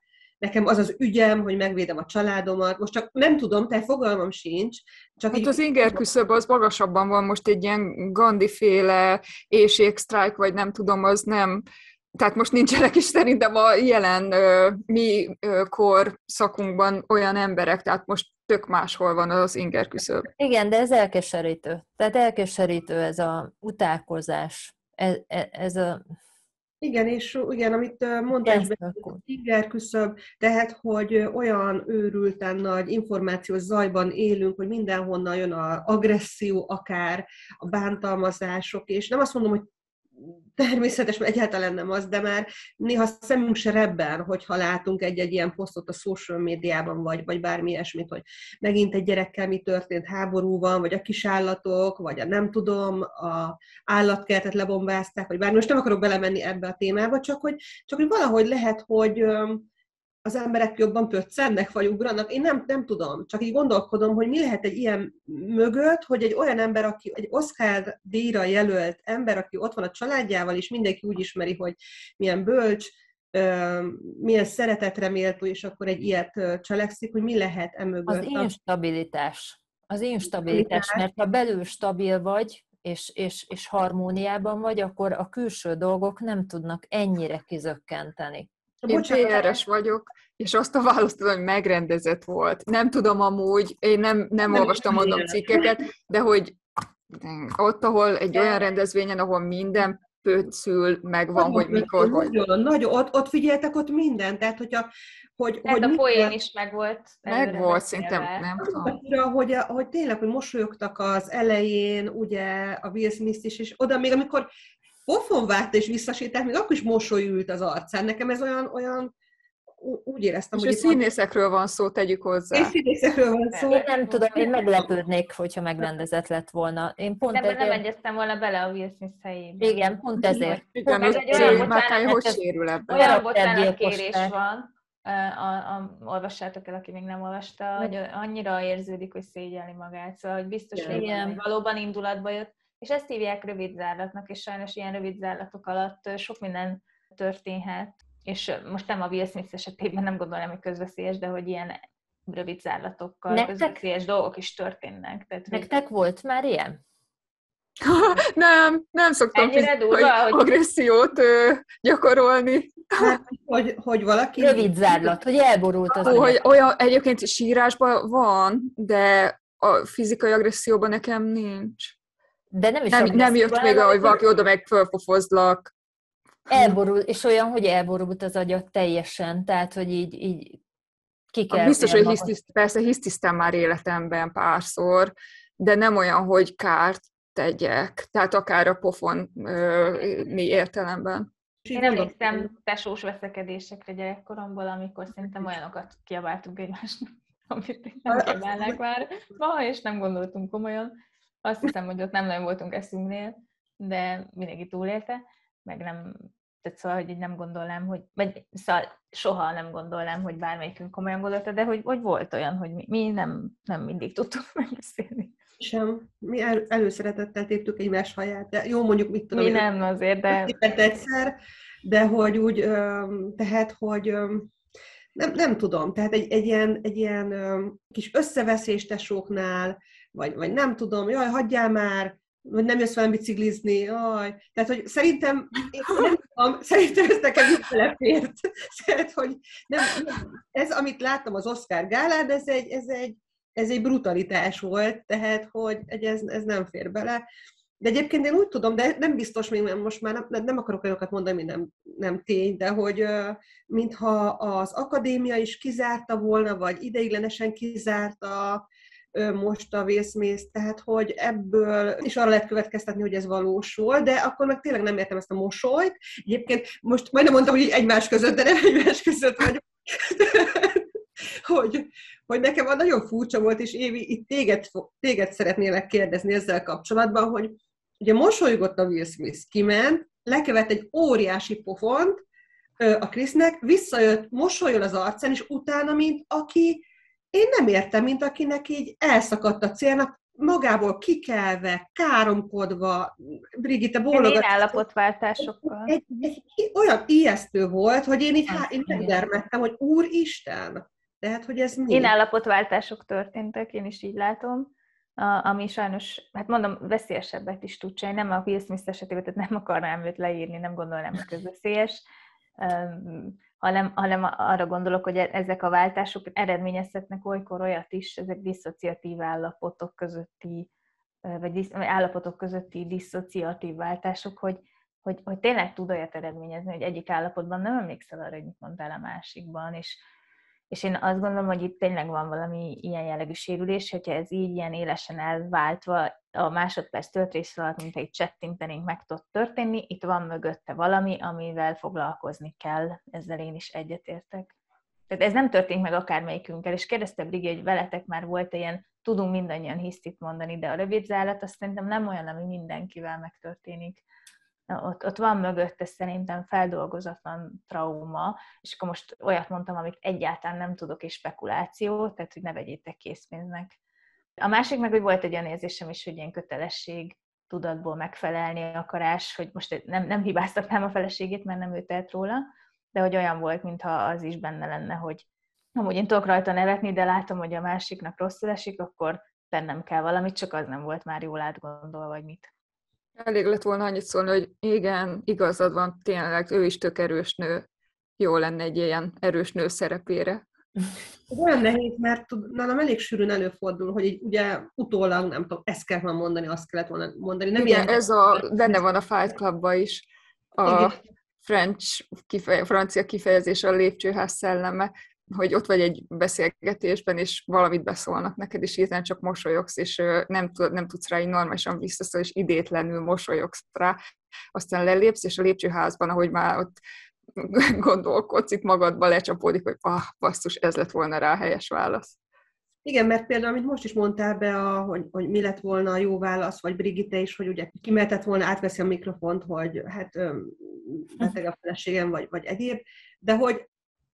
nekem az az ügyem, hogy megvédem a családomat. Most csak nem tudom, te fogalmam sincs. Csak hát így... az inger küszöb az magasabban van, most egy ilyen Gandhi-féle éjségsztrájk, vagy nem tudom, az nem... Tehát most nincsenek is szerintem a jelen uh, mi uh, kor szakunkban olyan emberek, tehát most tök máshol van az inger küszöb. Igen, de ez elkeserítő. Tehát elkeserítő ez a utálkozás. Ez, ez a... Igen, és igen, amit mondtál, is az inger küszöb, tehát, hogy olyan őrülten nagy információs zajban élünk, hogy mindenhonnan jön az agresszió, akár a bántalmazások, és nem azt mondom, hogy természetes, mert egyáltalán nem az, de már néha szemünk se rebben, hogyha látunk egy-egy ilyen posztot a social médiában, vagy, vagy bármi ilyesmit, hogy megint egy gyerekkel mi történt, háború van, vagy a kisállatok, vagy a nem tudom, a állatkertet lebombázták, vagy bármi. Most nem akarok belemenni ebbe a témába, csak hogy, csak hogy valahogy lehet, hogy az emberek jobban pöccennek, vagy ugranak. Én nem, nem tudom, csak így gondolkodom, hogy mi lehet egy ilyen mögött, hogy egy olyan ember, aki egy Oscar-díjra jelölt ember, aki ott van a családjával, és mindenki úgy ismeri, hogy milyen bölcs, milyen szeretetre méltó, és akkor egy ilyet cselekszik, hogy mi lehet e mögött. Az instabilitás. Az instabilitás, mert ha belül stabil vagy, és, és, és harmóniában vagy, akkor a külső dolgok nem tudnak ennyire kizökkenteni. Én pé er es vagyok, és azt a választ hogy megrendezett volt. Nem tudom amúgy, én nem, nem, nem olvastam mondom cikkeket, de hogy ott, ahol egy olyan rendezvényen, ahol minden pöccül megvan, hogy mikor, hogy... Nagyon, nagyon, ott, ott figyeltek ott minden, tehát hogyha... Hogy, tehát hogy a poén is megvolt. Megvolt, szerintem, nem tudom. Hogy, hogy tényleg, hogy mosolyogtak az elején, ugye a Will Smith is, és oda még amikor pofon vágta és visszasétált, még akkor is mosoly ült az arcán. Nekem ez olyan, olyan úgy éreztem, és hogy... És a színészekről van szó, tegyük hozzá. És színészekről van szó. Én nem tudom, én meglepődnék, hogyha megrendezett lett volna. Én pont de ezért... nem egyeztem volna bele a Will Smith helyébe. Igen, pont ezért. Igen, pont az ő márkája hogy sérül ebben? Olyan bocsánatkérés van, a, a, olvassátok el, aki még nem olvasta, hogy annyira érződik, hogy szégyelli magát. Szóval, hogy biztos, hogy valóban indulatba jött. És ezt hívják rövidzárlatnak, és sajnos ilyen rövidzárlatok alatt sok minden történhet. És most nem a Will Smith esetében nem gondolom, hogy közveszélyes, de hogy ilyen rövidzárlatokkal Nektek? közveszélyes dolgok is történnek. Tehát, Nektek hogy... volt már ilyen? nem, nem szoktam fiz- durva, hogy agressziót ö, gyakorolni. Hát, hogy, hogy valaki... Rövidzárlat, hogy elborult az. Ó, hogy olyan, egyébként sírásban van, de a fizikai agresszióban nekem nincs. De nem is nem, nem jött még, ahogy valaki oda meg fölpofozlak. Elborul, és olyan, hogy elborult az agyat teljesen, tehát, hogy így, így ki kell... Biztos, hogy hisztiszt, persze hisztisztem már életemben párszor, de nem olyan, hogy kárt tegyek, tehát akár a pofon mi értelemben. Én emlékszem tesós veszekedésekre gyerekkoromból, amikor szerintem olyanokat kiabáltunk egymásnak, amit nem kiabálnák már ma, és nem gondoltunk komolyan. Azt hiszem, hogy ott nem nagyon voltunk eszünknél, de mindenki túlélte, meg nem, tehát szóval, hogy így nem gondolnám, hogy, vagy szóval soha nem gondolnám, hogy bármelyikünk komolyan gondolta, de hogy, hogy volt olyan, hogy mi, mi nem, nem mindig tudtunk megbeszélni. Sem. Mi el, előszeretettel téptük egymás haját, de jó, mondjuk mit tudom. Mi nem azért, de... Egyszer, de hogy úgy, tehát, hogy nem, nem tudom, tehát egy, egy ilyen, egy ilyen kis összeveszés tesóknál, vagy, vagy nem tudom, jaj, hagyjál már, vagy nem jössz velem biciklizni, jaj. Tehát, hogy szerintem, én nem tudom, szerintem ez nekem így belefért. Tehát, hogy nem, nem, ez, amit láttam az Oscar gálán, ez egy, ez egy, ez egy brutalitás volt, tehát, hogy ez, ez nem fér bele. De egyébként én úgy tudom, de nem biztos még, most már nem, nem akarok olyanokat mondani, ami nem, nem tény, de hogy mintha az akadémia is kizárta volna, vagy ideiglenesen kizárta most a Will Smith, tehát hogy ebből is arra lehet következtetni, hogy ez valósul, de akkor meg tényleg nem értem ezt a mosolyt. Egyébként most majdnem mondtam, hogy egymás között, de nem egymás között vagyok. hogy, hogy nekem nagyon furcsa volt, és Évi, itt téged, téged szeretnélek kérdezni ezzel kapcsolatban, hogy ugye mosolygott a Will Smith, kiment, lekövet egy óriási pofont a Chrisnek, visszajött, mosolyol az arcán, és utána, mint aki, én nem értem, mint akinek így elszakadt a célnak, magából kikelve, káromkodva, Brigitte bólogat. Én bólogat. állapotváltásokkal. Egy, egy, egy, olyan ijesztő volt, hogy én így há, én megdermedtem, hogy Úristen! Tehát, hogy ez mi? Én állapotváltások történtek, én is így látom, a, ami sajnos, hát mondom, veszélyesebbet is tud csinálni. Nem a Will Smith esetében, tehát nem akarnám őt leírni, nem gondolnám, hogy közveszélyes, um, hanem, hanem arra gondolok, hogy ezek a váltások eredményezhetnek olykor olyat is, ezek diszociatív állapotok közötti, vagy állapotok közötti diszociatív váltások, hogy, hogy, hogy tényleg tud olyat eredményezni, hogy egyik állapotban nem emlékszel arra, hogy mit mondtál a másikban, és, és én azt gondolom, hogy itt tényleg van valami ilyen jellegű sérülés, hogyha ez így ilyen élesen elváltva a másodperc töltés alatt, mint egy csettintenénk, meg tud történni, itt van mögötte valami, amivel foglalkozni kell, ezzel én is egyetértek. Tehát ez nem történik meg akármelyikünkkel, és kérdezte Brigi, hogy veletek már volt ilyen, tudunk mindannyian hisztit mondani, de a rövidzálat azt szerintem nem olyan, ami mindenkivel megtörténik. Ott, ott van mögötte szerintem feldolgozatlan trauma, és akkor most olyat mondtam, amit egyáltalán nem tudok, és spekuláció, tehát hogy ne vegyétek készpénznek. A másik meg, hogy volt egy olyan érzésem is, hogy ilyen kötelesség tudatból megfelelni akarás, hogy most nem, nem hibáztatnám a feleségét, mert nem ő telt róla, de hogy olyan volt, mintha az is benne lenne, hogy amúgy én tudok rajta nevetni, de látom, hogy a másiknak rosszul esik, akkor tennem kell valamit, csak az nem volt már jól átgondolva, vagy mit. Elég lett volna annyit szólni, hogy igen, igazad van, tényleg ő is tök erős nő. Jó lenne egy ilyen erős nő szerepére. Olyan nehéz, mert nálam elég sűrűn előfordul, hogy így ugye utólag, nem tudom, ezt kellett volna mondani, azt kellett volna mondani. Nem igen, ilyen... ez a, benne van a Fight Clubban is. A igen. French kifeje, francia kifejezés a lépcsőház szelleme, hogy ott vagy egy beszélgetésben, és valamit beszólnak neked, és hirtelen csak mosolyogsz, és nem, tud, nem tudsz rá így normálisan visszaszólni, és idétlenül mosolyogsz rá. Aztán lelépsz, és a lépcsőházban, ahogy már ott gondolkodsz, itt magadba lecsapódik, hogy ah, basszus, ez lett volna rá a helyes válasz. Igen, mert például, amit most is mondtál be, a, hogy, hogy mi lett volna a jó válasz, vagy Brigitte is, hogy ugye kimehetett volna, átveszi a mikrofont, hogy hát beteg a feleségem, vagy, vagy egyéb, de hogy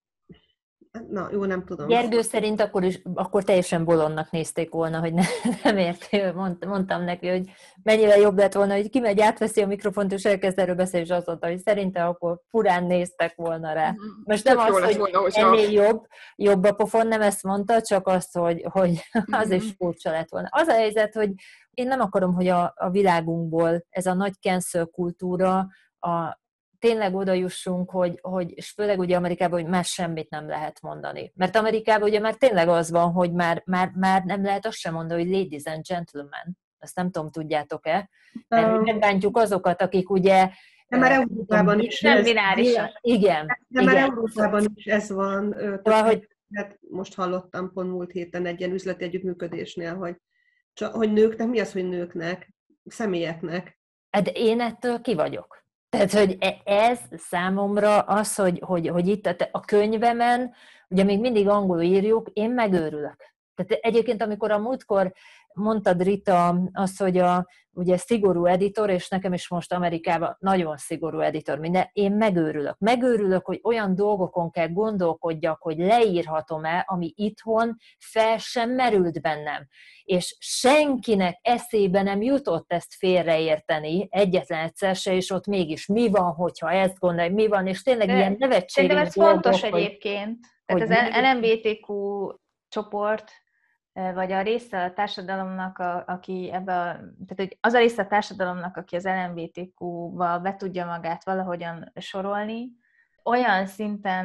na, jó, nem tudom. Gergő szerint akkor, is, akkor teljesen bolondnak nézték volna, hogy ne, nem érti. Mond, mondtam neki, hogy mennyivel jobb lett volna, hogy kimegy, átveszi a mikrofont, és elkezd erről beszélni, és azt mondta, hogy szerintem akkor furán néztek volna rá. Most nem az, hogy volna, ennél jobb, jobb a pofon, nem ezt mondta, csak azt, hogy, hogy az is furcsa lett volna. Az a helyzet, hogy én nem akarom, hogy a, a világunkból ez a nagy cancel kultúra, a tényleg oda jussunk, hogy, hogy, és főleg ugye Amerikában, hogy már semmit nem lehet mondani. Mert Amerikában ugye már tényleg az van, hogy már, már, már nem lehet azt sem mondani, hogy ladies and gentlemen. Azt nem tudom, tudjátok-e? Mert um, megbántjuk azokat, akik ugye... De már Európában is nem binárisan. Igen. De már Európában is ez van. Szóval, hogy... Most hallottam pont múlt héten egy ilyen üzleti együttműködésnél, hogy, csak, hogy nőknek, mi az, hogy nőknek? Személyeknek. Hát én ettől ki vagyok. Tehát, hogy ez számomra az, hogy, hogy, hogy itt a, a könyvemen, ugye még mindig angolul írjuk, én megőrülök. Tehát egyébként, amikor a múltkor mondtad, Rita, azt, hogy a ugye szigorú editor, és nekem is most Amerikában nagyon szigorú editor minden, én megőrülök. Megőrülök, hogy olyan dolgokon kell gondolkodjak, hogy leírhatom-e, ami itthon fel sem merült bennem. És senkinek eszébe nem jutott ezt félreérteni, egyetlen egyszer se, és ott mégis mi van, hogyha ezt gondolj, mi van, és tényleg de, ilyen nevetséges dolgok. Szerintem ez dolgok, fontos hogy, egyébként. Tehát az el em bé té kú csoport, vagy a része a társadalomnak, a, aki ebbe a, tehát hogy az a része a társadalomnak, aki az el em bé té kú-ba be tudja magát valahogyan sorolni, olyan szinten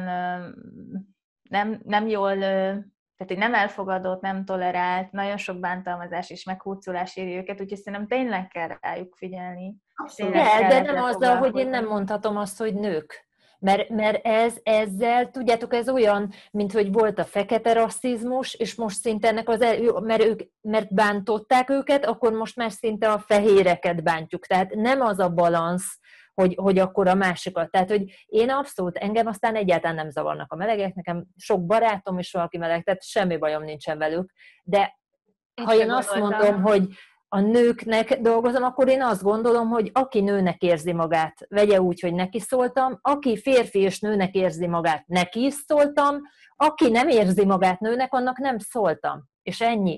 nem, nem jól, tehát hogy nem elfogadott, nem tolerált, nagyon sok bántalmazás és meghurcolás éri őket, úgyhogy szerintem tényleg kell rájuk figyelni. Ja, de nem azzal, hogy én nem mondhatom azt, hogy nők. Mert, mert ez, ezzel, tudjátok, ez olyan, mint hogy volt a fekete rasszizmus, és most szinte ennek az, el, mert, ők, mert bántották őket, akkor most már szinte a fehéreket bántjuk. Tehát nem az a balansz, hogy, hogy akkor a másikat. Tehát, hogy én abszolút, engem aztán egyáltalán nem zavarnak a melegek, nekem sok barátom is valaki meleg, tehát semmi bajom nincsen velük. De én ha én azt mondom, hogy a nőknek dolgozom, akkor én azt gondolom, hogy aki nőnek érzi magát, vegye úgy, hogy neki szóltam, aki férfi és nőnek érzi magát, neki is szóltam, aki nem érzi magát nőnek, annak nem szóltam. És ennyi.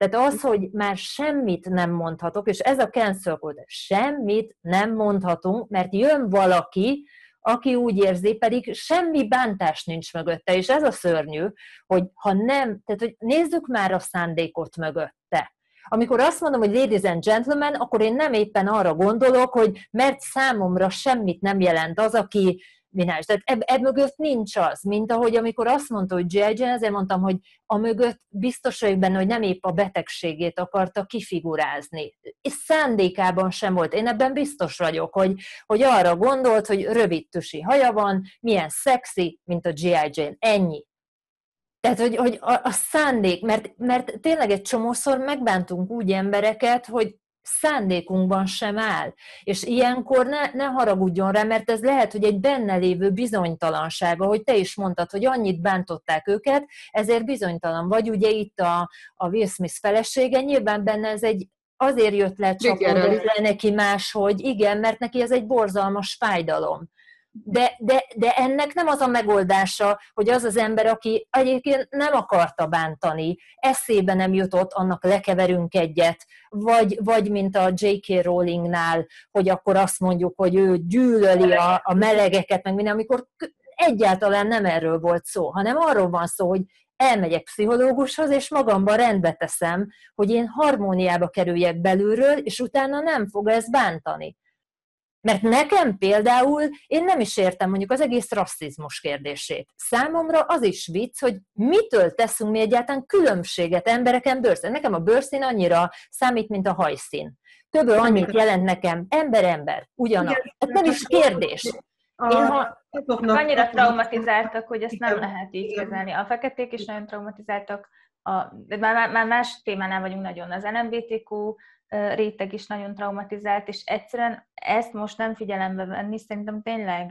Tehát az, hogy már semmit nem mondhatok, és ez a cancel code, semmit nem mondhatunk, mert jön valaki, aki úgy érzi, pedig semmi bántás nincs mögötte, és ez a szörnyű, hogy ha nem, tehát hogy nézzük már a szándékot mögötte. Amikor azt mondom, hogy ladies and gentlemen, akkor én nem éppen arra gondolok, hogy mert számomra semmit nem jelent az, aki minális. Tehát ebb, ebb mögött nincs az, mint ahogy amikor azt mondta, hogy dzsé i. Jane, ezért mondtam, hogy a mögött biztos vagyok benne, hogy nem épp a betegségét akarta kifigurázni. És szándékában sem volt. Én ebben biztos vagyok, hogy, hogy arra gondolt, hogy rövid tüsi haja van, milyen szexi, mint a dzsé i. Jane. Ennyi. Tehát, hogy, hogy a, a szándék, mert, mert tényleg egy csomószor megbántunk úgy embereket, hogy szándékunkban sem áll. És ilyenkor ne, ne haragudjon rá, mert ez lehet, hogy egy benne lévő bizonytalansága, hogy te is mondtad, hogy annyit bántották őket, ezért bizonytalan vagy. Ugye itt a, a Will Smith felesége, nyilván benne ez egy azért jött le, csapódott le neki máshogy, igen, mert neki ez egy borzalmas fájdalom. De, de, de ennek nem az a megoldása, hogy az az ember, aki egyébként nem akarta bántani, eszébe nem jutott, annak lekeverünk egyet, vagy, vagy mint a dzsé ká. Rowlingnál, hogy akkor azt mondjuk, hogy ő gyűlöli a, a melegeket, meg minden, amikor egyáltalán nem erről volt szó, hanem arról van szó, hogy elmegyek pszichológushoz, és magamban rendbe teszem, hogy én harmóniába kerüljek belülről, és utána nem fog ez bántani. Mert nekem például, én nem is értem mondjuk az egész rasszizmus kérdését. Számomra az is vicc, hogy mitől teszünk mi egyáltalán különbséget embereken bőrszín. Nekem a bőrszín annyira számít, mint a hajszín. Többől annyit jelent nekem ember-ember, ugyanaz. Ez nem is kérdés. Én ha annyira traumatizáltak, hogy ezt nem lehet így kezelni. A feketék is nagyon traumatizáltak, a, de már, már más témánál vagyunk nagyon, az el em bé té kú réteg is nagyon traumatizált, és egyszerűen ezt most nem figyelembe venni, szerintem tényleg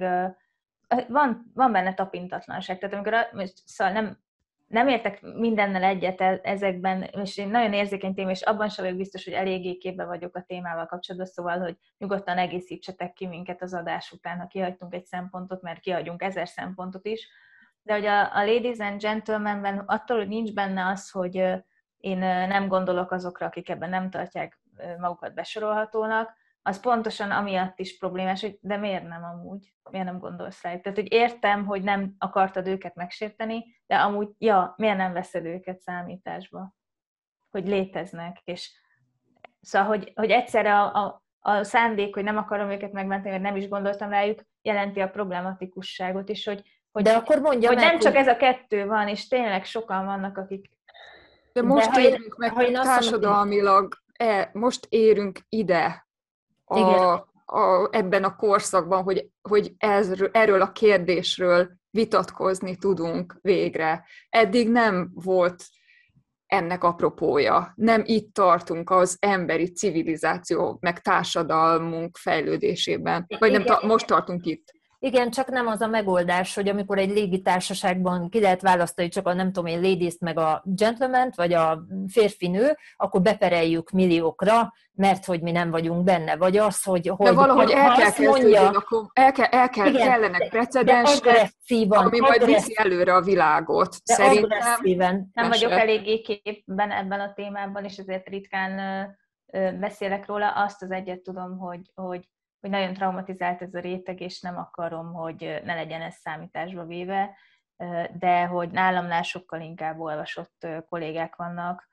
van, van benne tapintatlanság. Tehát amikor szóval nem, nem értek mindennel egyet ezekben, és én nagyon érzékeny téma, és abban sem vagyok biztos, hogy eléggé képbe vagyok a témával kapcsolatban, szóval, hogy nyugodtan egészítsetek ki minket az adás után, ha kihagytunk egy szempontot, mert kihagyunk ezer szempontot is. De hogy a, a Ladies and Gentlemenben attól, hogy nincs benne az, hogy én nem gondolok azokra, akik ebben nem tartják magukat besorolhatónak, az pontosan amiatt is problémás, hogy de miért nem amúgy? Miért nem gondolsz rájuk? Tehát, hogy értem, hogy nem akartad őket megsérteni, de amúgy, ja, miért nem veszed őket számításba? Hogy léteznek, és szóval, hogy, hogy egyszerre a, a, a szándék, hogy nem akarom őket megbántani, vagy nem is gondoltam rájuk, jelenti a problematikusságot is, hogy, hogy, de akkor mondja hogy meg, nem csak ez a kettő van, és tényleg sokan vannak, akik... De most de érünk ha én, meg ha társadalmilag, e, most érünk ide a, a, ebben a korszakban, hogy, hogy ez, erről a kérdésről vitatkozni tudunk végre. Eddig nem volt ennek apropója. Nem itt tartunk az emberi civilizáció, meg társadalmunk fejlődésében. Vagy nem, ta, most tartunk itt. Igen, csak nem az a megoldás, hogy amikor egy légitársaságban ki lehet választani csak a nem tudom én ladies meg a gentleman-t, vagy a férfi-nő, akkor bepereljük milliókra, mert hogy mi nem vagyunk benne. Vagy az, hogy... hogy de valahogy el kell kezdődni, el, kell, el kell, igen, kellenek precedensek, ami majd viszi előre a világot. De szerintem nem vagyok eléggé képben ebben a témában, és ezért ritkán beszélek róla. Azt az egyet tudom, hogy, hogy hogy nagyon traumatizált ez a réteg, és nem akarom, hogy ne legyen ez számításba véve, de hogy nálamnál sokkal inkább olvasott kollégák vannak.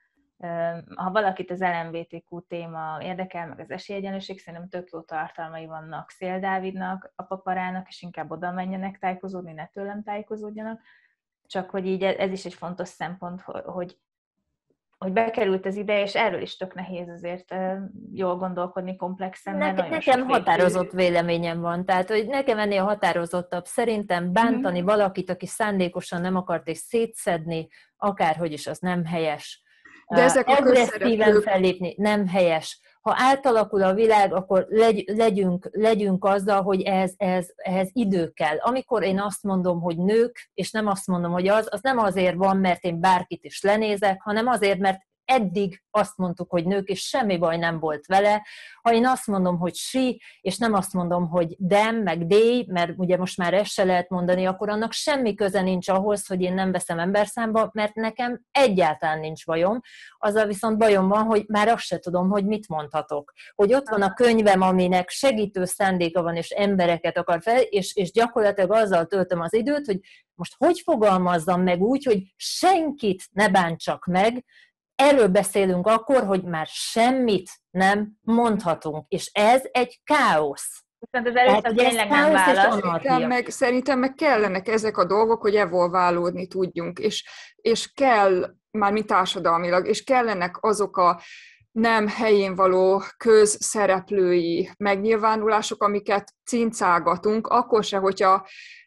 Ha valakit az el em bé té kú téma érdekel, meg az esélyegyenlőség, szerintem tök jó tartalmai vannak Szél Dávidnak, a Paparának, és inkább oda menjenek tájékozódni, ne tőlem tájékozódjanak. Csak hogy így ez is egy fontos szempont, hogy hogy bekerült az ide, és erről is tök nehéz azért jól gondolkodni komplexen. Ne, nekem határozott véleményem van, tehát hogy nekem ennél határozottabb szerintem bántani mm. valakit, aki szándékosan nem akart és szétszedni, akárhogy is, az nem helyes. De ezek a agresszíven fellépni, nem helyes. Ha átalakul a világ, akkor legy, legyünk, legyünk azzal, hogy ez, ez, ehhez idő kell. Amikor én azt mondom, hogy nők, és nem azt mondom, hogy az, az nem azért van, mert én bárkit is lenézek, hanem azért, mert eddig azt mondtuk, hogy nők, és semmi baj nem volt vele. Ha én azt mondom, hogy she, és nem azt mondom, hogy them, meg they, mert ugye most már ezt se lehet mondani, akkor annak semmi köze nincs ahhoz, hogy én nem veszem emberszámba, mert nekem egyáltalán nincs bajom. Azzal viszont bajom van, hogy már azt se tudom, hogy mit mondhatok. Hogy ott van a könyvem, aminek segítő szándéka van, és embereket akar fel, és, és gyakorlatilag azzal töltöm az időt, hogy most hogy fogalmazzam meg úgy, hogy senkit ne bántsak meg. Erről beszélünk akkor, hogy már semmit nem mondhatunk, és ez egy káosz. Viszont az először tényleg nem válasz. Szerintem meg, szerintem meg kellenek ezek a dolgok, hogy evolválódni tudjunk, és, és kell, már mi társadalmilag, és kellenek azok a nem helyén való közszereplői megnyilvánulások, amiket cincálgatunk, akkor se, hogyha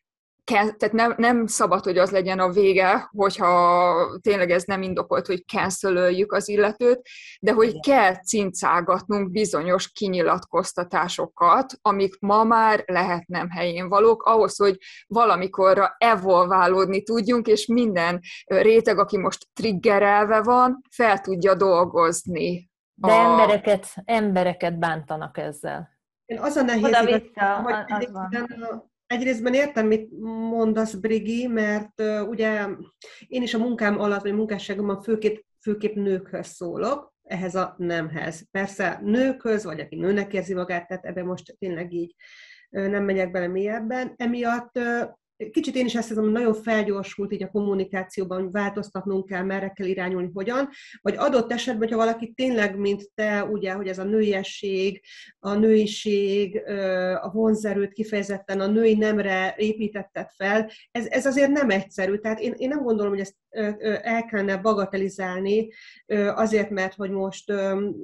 tehát nem, nem szabad, hogy az legyen a vége, hogyha tényleg ez nem indokolt, hogy cancelöljük az illetőt, de hogy kell cincálgatnunk bizonyos kinyilatkoztatásokat, amik ma már lehet nem helyén valók, ahhoz, hogy valamikorra evolválódni tudjunk, és minden réteg, aki most triggerelve van, fel tudja dolgozni. De a... embereket, embereket bántanak ezzel. Én az a nehéz, Oda-vissza, hogy az van. Egyrésztben értem, mit mondasz, Brigi, mert uh, ugye én is a munkám alatt, vagy munkásságomban főképp, főképp nőkhöz szólok, ehhez a nemhez. Persze nőkhöz, vagy aki nőnek érzi magát, tehát ebben most tényleg így uh, nem megyek bele mélyebben. Emiatt uh, kicsit én is ezt hiszem, hogy nagyon felgyorsult így a kommunikációban, hogy változtatnunk kell, merre kell irányulni, hogyan, vagy adott esetben, hogyha valaki tényleg, mint te, ugye, hogy ez a nőiesség, a nőiség, a vonzerőt kifejezetten a női nemre építetted fel, ez, ez azért nem egyszerű. Tehát én, én nem gondolom, hogy ezt el kellene bagatelizálni azért, mert hogy most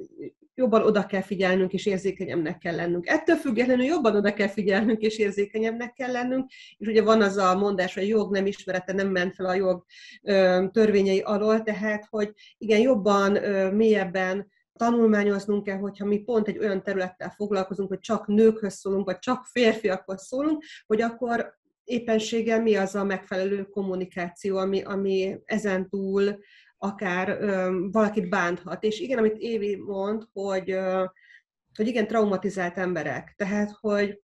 jobban oda kell figyelnünk, és érzékenyebbnek kell lennünk. Ettől függetlenül jobban oda kell figyelnünk, és érzékenyebbnek kell lennünk, és ugye van az a mondás, hogy a jog nem ismerete nem ment fel a jog törvényei alól, tehát, hogy igen, jobban, mélyebben tanulmányoznunk kell, hogyha mi pont egy olyan területtel foglalkozunk, hogy csak nőkhöz szólunk, vagy csak férfiakhoz szólunk, hogy akkor éppenséggel mi az a megfelelő kommunikáció, ami, ami ezentúl akár ö, valakit bánthat. És igen, amit Évi mond, hogy, ö, hogy igen, traumatizált emberek. Tehát, hogy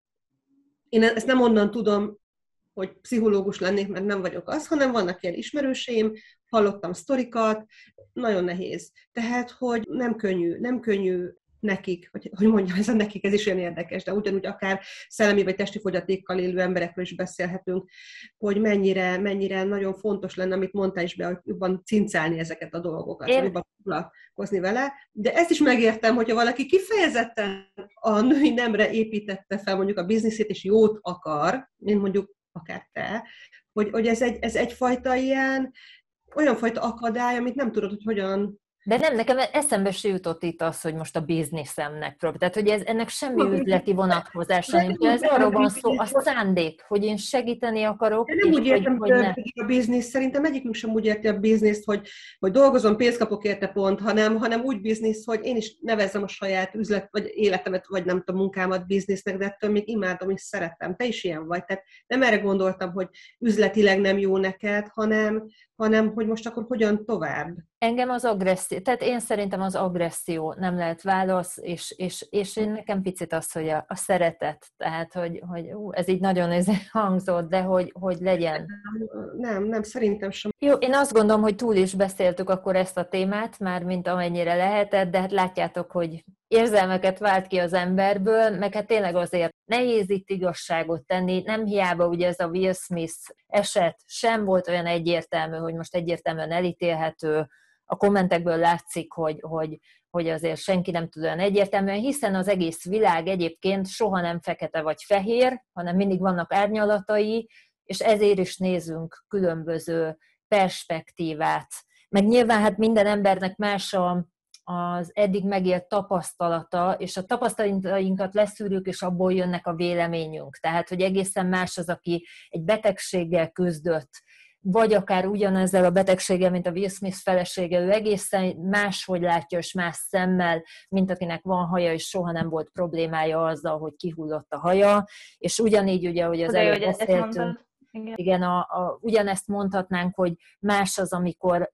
én ezt nem onnan tudom, hogy pszichológus lennék, mert nem vagyok az, hanem vannak ilyen ismerőseim, hallottam sztorikat, nagyon nehéz. Tehát, hogy nem könnyű, nem könnyű nekik, hogy, hogy mondjam, ez a nekik, ez is olyan érdekes, de ugyanúgy akár szellemi vagy testi fogyatékkal élő emberekről is beszélhetünk, hogy mennyire, mennyire nagyon fontos lenne, amit mondtál is be, hogy jobban cincálni ezeket a dolgokat, Én... jobban foglalkozni vele. De ezt is megértem, hogyha valaki kifejezetten a női nemre építette fel mondjuk a bizniszét, és jót akar, mint mondjuk akár te, hogy, hogy ez, egy, ez egyfajta ilyen, olyan fajta akadály, amit nem tudod, hogy hogyan. De nem, nekem eszembe se jutott itt az, hogy most a bizniszemnek prób. Tehát, hogy ez, ennek semmi üzleti vonatkozása nincs. Ez arról van szó, a szándék, hogy én segíteni akarok. De nem és úgy értem, hogy, hogy a biznisz, szerintem egyikünk sem úgy érti a bizniszt, hogy, hogy dolgozom, pénzt kapok érte pont, hanem, hanem úgy biznisz, hogy én is nevezzem a saját üzlet, vagy életemet, vagy nem tudom, munkámat biznisznek, de ettől még imádom és szeretem. Te is ilyen vagy. Tehát nem erre gondoltam, hogy üzletileg nem jó neked, hanem, hanem hogy most akkor hogyan tovább. Engem az agresszió, tehát én szerintem az agresszió nem lehet válasz, és, és, és én nekem picit az, hogy a, a szeretet, tehát, hogy, hogy ú, ez így nagyon ez hangzott, de hogy, hogy legyen. Nem, nem, szerintem sem. Jó, én azt gondolom, hogy túl is beszéltük akkor ezt a témát, már mint amennyire lehetett, de hát látjátok, hogy érzelmeket vált ki az emberből, meg hát tényleg azért nehéz itt igazságot tenni, nem hiába ugye ez a Will Smith eset sem volt olyan egyértelmű, hogy most egyértelműen elítélhető. A kommentekből látszik, hogy, hogy, hogy azért senki nem tud olyan egyértelműen, hiszen az egész világ egyébként soha nem fekete vagy fehér, hanem mindig vannak árnyalatai, és ezért is nézünk különböző perspektívát. Meg nyilván hát minden embernek más a, az eddig megélt tapasztalata, és a tapasztalatainkat leszűrjük, és abból jönnek a véleményünk. Tehát, hogy egészen más az, aki egy betegséggel küzdött, vagy akár ugyanezzel a betegséggel, mint a Will Smith felesége, ő egészen máshogy látja, és más szemmel, mint akinek van haja, és soha nem volt problémája azzal, hogy kihullott a haja, és ugyanígy, ugye, hogy az előbb beszéltünk, igen, a, a, ugyanezt mondhatnánk, hogy más az, amikor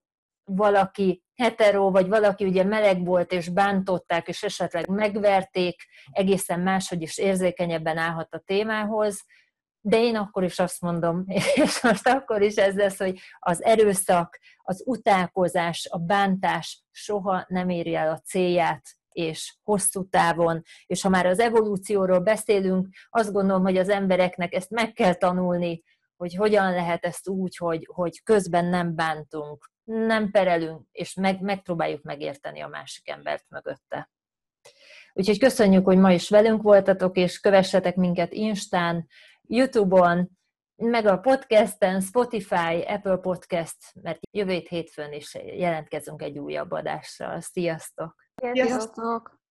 valaki hetero, vagy valaki ugye meleg volt, és bántották, és esetleg megverték, egészen máshogy is érzékenyebben állhat a témához, de én akkor is azt mondom, és most akkor is ez lesz, hogy az erőszak, az utálkozás, a bántás soha nem éri el a célját, és hosszú távon, és ha már az evolúcióról beszélünk, azt gondolom, hogy az embereknek ezt meg kell tanulni, hogy hogyan lehet ezt úgy, hogy, hogy közben nem bántunk, nem perelünk, és meg, megpróbáljuk megérteni a másik embert mögötte. Úgyhogy köszönjük, hogy ma is velünk voltatok, és kövessetek minket Instán, YouTube-on, meg a podcasten, Spotify, Apple Podcast, mert jövő hétfőn is jelentkezünk egy újabb adással. Sziasztok! Sziasztok!